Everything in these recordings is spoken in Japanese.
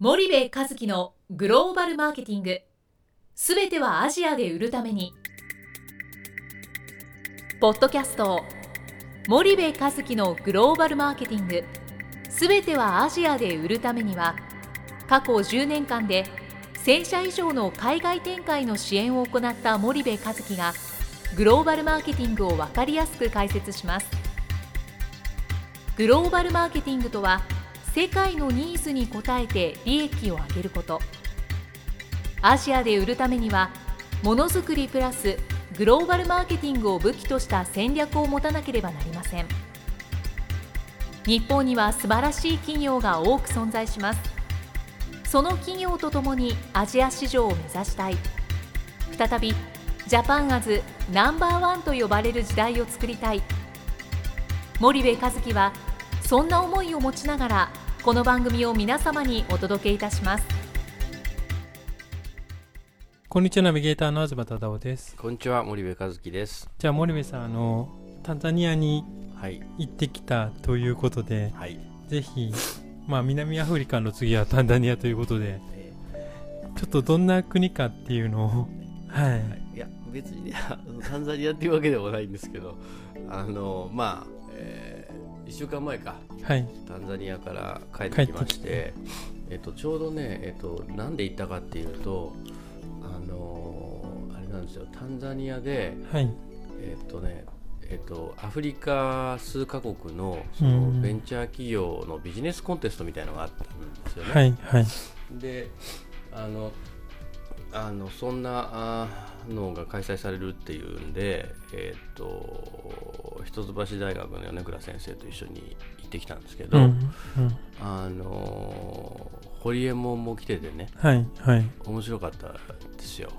森部一樹のグローバルマーケティング、すべてはアジアで売るために。ポッドキャスト森部一樹のグローバルマーケティング、すべてはアジアで売るためには、過去10年間で1000社以上の海外展開の支援を行った森部一樹がグローバルマーケティングを分かりやすく解説します。グローバルマーケティングとは、世界のニーズに応えて利益を上げること。アジアで売るためには、ものづくりプラスグローバルマーケティングを武器とした戦略を持たなければなりません。日本には素晴らしい企業が多く存在します。その企業とともにアジア市場を目指したい。再びジャパンアズナンバーワンと呼ばれる時代を作りたい。森部一樹はそんな思いを持ちながら、この番組を皆様にお届けいたします。 こんにちは、ナビゲーターの東忠夫です。 こんにちは、森部一樹です。 じゃあ森部さん、タンザニアに行ってきたということで、 はい、 ぜひ、南アフリカの次はタンザニアということで、ちょっとどんな国かっていうのを、 いや別にねタンザニアっていうわけでもないんですけど、1週間前か、タンザニアから帰ってきまして、ちょうどね、なんで行ったかっていうと、あれなんですよ、タンザニアで、アフリカ数カ国のそのベンチャー企業のビジネスコンテストみたいなのがあったんですよね。で、そんなのが開催されるっていうんで、一橋大学の米倉先生と一緒に行ってきたんですけど、ホリエモンも来ててね、面白かったですよ。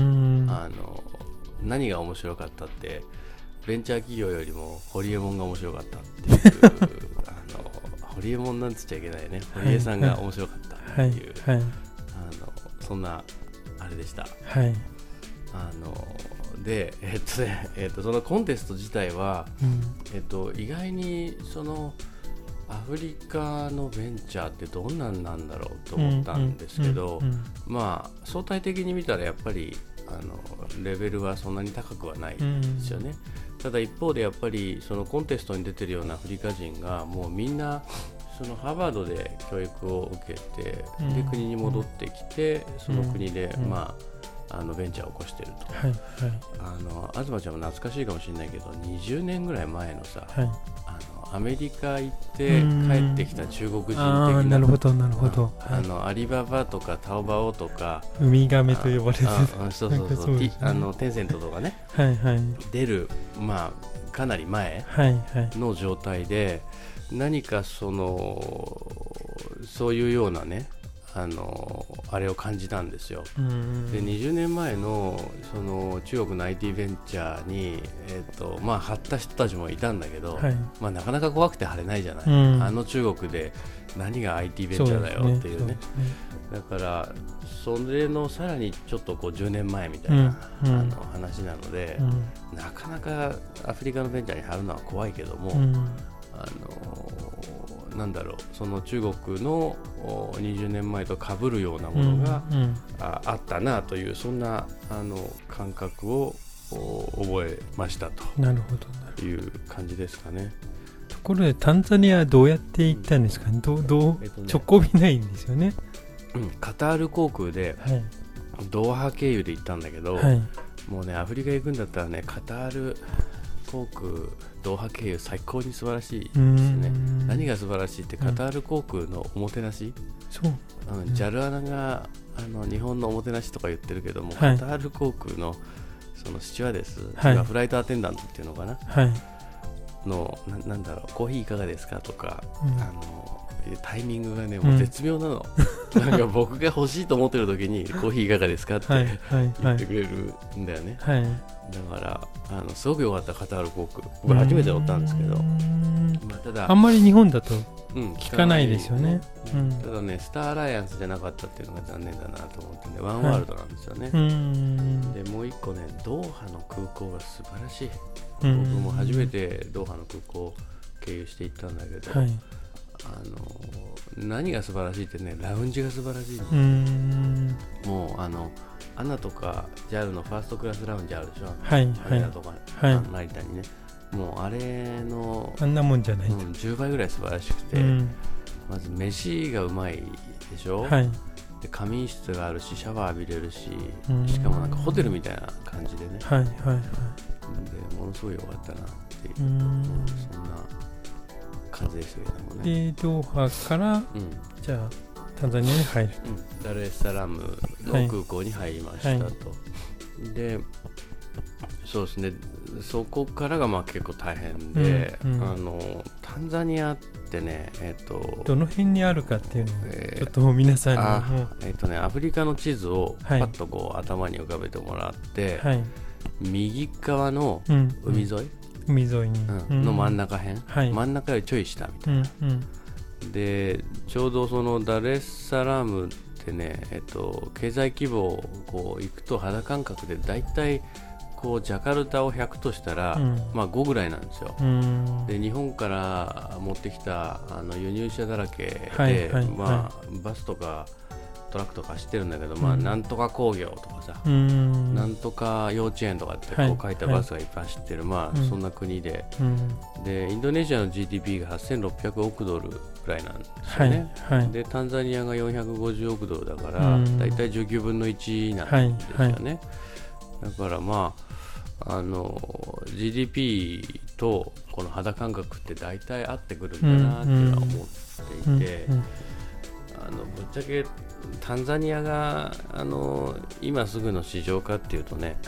何が面白かったって、ベンチャー企業よりもホリエモンが面白かったっていうホリエモンなんつっちゃいけないね、堀江さんが面白かったっていう、そんなあれでした。で、そのコンテスト自体は、意外にそのアフリカのベンチャーってどんなんなんだろうと思ったんですけど、相対的に見たらやっぱりレベルはそんなに高くはないですよね。ただ一方でやっぱりそのコンテストに出てるようなアフリカ人がもうみんなそのハーバードで教育を受けて、で国に戻ってきて、その国でベンチャーを起こしてると。東ちゃんも懐かしいかもしれないけど、20年ぐらい前のさ、アメリカ行って帰ってきた中国人的な、 なるほど、 アリババとかタオバオとかウミガメと呼ばれてるテンセントとかね、出る、かなり前の状態で、何かそういうようなね、あれを感じたんですよ。で、20年前のその中国の IT ベンチャーに、張った人たちもいたんだけど、なかなか怖くて張れないじゃない、中国で何が IT ベンチャーだよっていうね。だからそれのさらにちょっと10年前みたいな、話なので、なかなかアフリカのベンチャーに張るのは怖いけども、なんだろう、その中国の20年前と被るようなものが、あったなという、そんな感覚を覚えましたという感じですかね。 ところでタンザニアはどうやって行ったんですかね。直行便ないんですよね。 カタール航空で、ドーハ経由で行ったんだけど、もうね、アフリカ行くんだったらね、カタール航空ドーハ経由最高に素晴らしいですね。何が素晴らしいって、カタール航空のおもてなし、JAL アナが日本のおもてなしとか言ってるけども、カタール航空のそのスチュワーデス、フライトアテンダントっていうのかな、なんだろう、コーヒーいかがですかとか、タイミングがね、もう絶妙なの。なんか僕が欲しいと思ってる時にコーヒーいかがですかって言ってくれるんだよね。だからすごく良かった、カタール航空。僕初めて乗ったんですけど、ただあんまり日本だと聞かないですよね。 ただね、スターアライアンスじゃなかったっていうのが残念だなと思ってね、ワンワールドなんですよね。でもう一個ね、ドーハの空港が素晴らしい。僕も初めてドーハの空港を経由して行ったんだけど、 何が素晴らしいってね、ラウンジが素晴らしい。もうアナとか JAL のファーストクラスラウンジあるでしょ。 はい羽田とか、 はい、 成田にね、もうあれのあんなもんじゃない、 10倍ぐらい素晴らしくて、まず飯がうまいでしょ。はい、で仮眠室があるし、シャワー浴びれるし、しかもなんかホテルみたいな感じでね、はいはいはい、でものすごい良かったなっていう、そんな感じでしたけどもね。 でドーハから、じゃあタンザニアに入る、 ダルエスサラムの空港に入りましたと、はい、でそうですね、そこからがまあ結構大変で、タンザニアってね、 どの辺にあるかっていうのを、ちょっと皆さんにアフリカの地図をパッとこう頭に浮かべてもらって、はい、右側の海沿い、 海沿いに、 の真ん中辺、真ん中よりちょい下みたいな、でちょうどそのダルエスサラムってね、経済規模をこう行くと肌感覚でだいたいこうジャカルタを100としたら、まあ5ぐらいなんですよ。で日本から持ってきた輸入車だらけで、まあバスとかトラックとか走ってるんだけど、まあなんとか工業とかさ、なんとか幼稚園とかってこう書いたバスがいっぱい走ってる、まあそんな国で、でインドネシアの GDP が8600億ドルぐらいなんですよね。でタンザニアが450億ドルだから、だいたい19分の1なんですよね。だからまあGDP とこの肌感覚って大体合ってくるんだなっていうのは思っていて、ぶっちゃけタンザニアが今すぐの市場かっていうとね、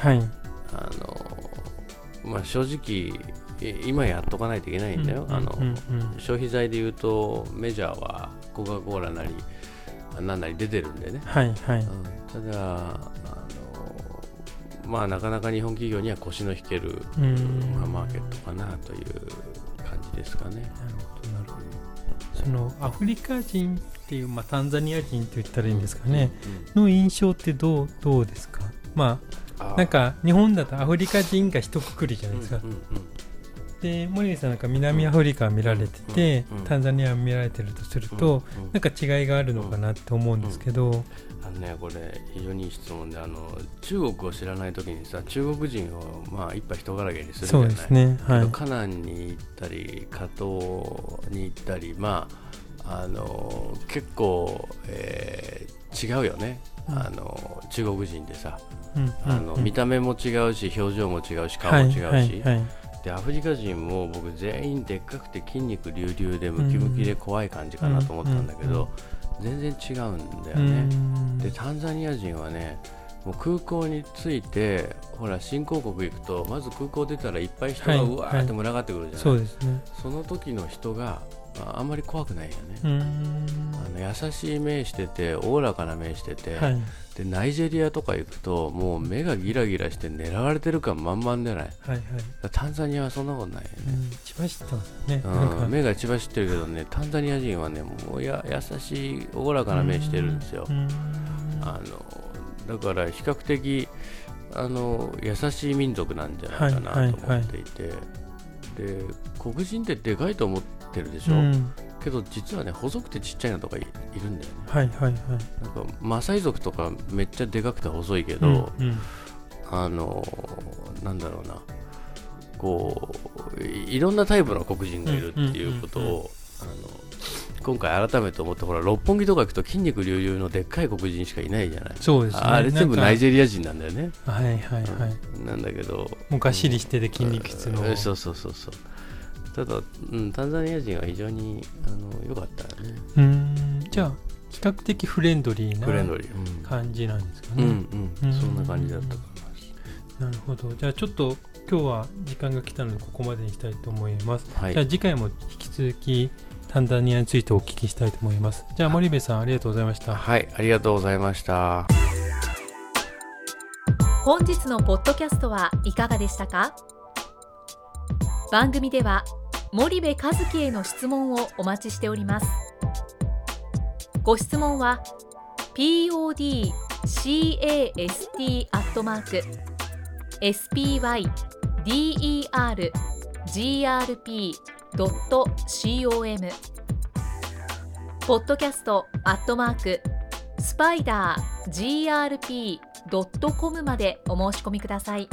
まあ、正直今やっとかないといけないんだよ。消費財でいうとメジャーはコカ・コーラなりなんなり出てるんでね、ただまあなかなか日本企業には腰の引けるマーケットかなという感じですかね。なるほどなるほど。 そのアフリカ人っていう、まあ、タンザニア人と言ったらいいんですかね、の印象ってどうですか。まあなんか日本だとアフリカ人が一括りじゃないですか。で森部さんなんか南アフリカ見られてて、タンザニア見られてるとすると、なんか違いがあるのかなって思うんですけど、 これ非常にいい質問で、中国を知らないときにさ、中国人をまあ一杯人柄げにするじゃない。そうですね、カナンに行ったりカトに行ったり、まあ結構、違うよね、中国人でさ、見た目も違うし表情も違うし顔も違うし、でアフリカ人も僕全員でっかくて筋肉隆々でムキムキで怖い感じかなと思ったんだけど、全然違うんだよね。でタンザニア人はね、もう空港に着いて、ほら新興国行くとまず空港出たらいっぱい人がうわーって群がってくるじゃない。そうですね。その時の人があんまり怖くないよね。優しい目してておおらかな目してて、でナイジェリアとか行くともう目がギラギラして狙われてる感満々じゃない。タンザニアはそんなことないよね。 千葉知ってますね。 目が千葉知ってるけどね、タンザニア人はね、もう優しいおおらかな目してるんですよ。だから比較的優しい民族なんじゃないかなと思っていて、で黒人ってでかいと思ってるでしょ、けど実はね細くてちっちゃいのとか いるんだよね。なんかマサイ族とかめっちゃでかくて細いけど、なんだろうな、こういろんなタイプの黒人がいるっていうことを今回改めて思って、ほら六本木とか行くと筋肉隆々のでっかい黒人しかいないじゃない。そうですね。あれ全部ナイジェリア人なんだよね。なんだけどもうがっしりしてて筋肉質の、 そうただ、タンザニア人は非常に良かったね。 じゃあ比較的フレンドリーな感じなんですかね。 そんな感じだったと思います。 なるほど。じゃあちょっと今日は時間が来たのでここまでにしたいと思います。じゃあ次回も引き続きタンザニアについてお聞きしたいと思います。じゃあ森部さん、ありがとうございました。 はい、ありがとうございました。 本日のポッドキャストはいかがでしたか。番組では森部一樹への質問をお待ちしております。ご質問は podcast@spydergrp.com podcast@spider-grp.com までお申し込みください。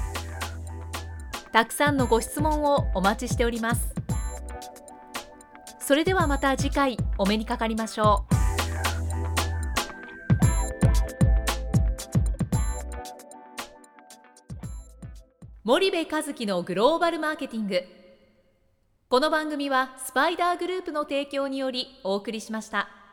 たくさんのご質問をお待ちしております。それではまた次回お目にかかりましょう。森部一樹のグローバルマーケティング。この番組はスパイダーグループの提供によりお送りしました。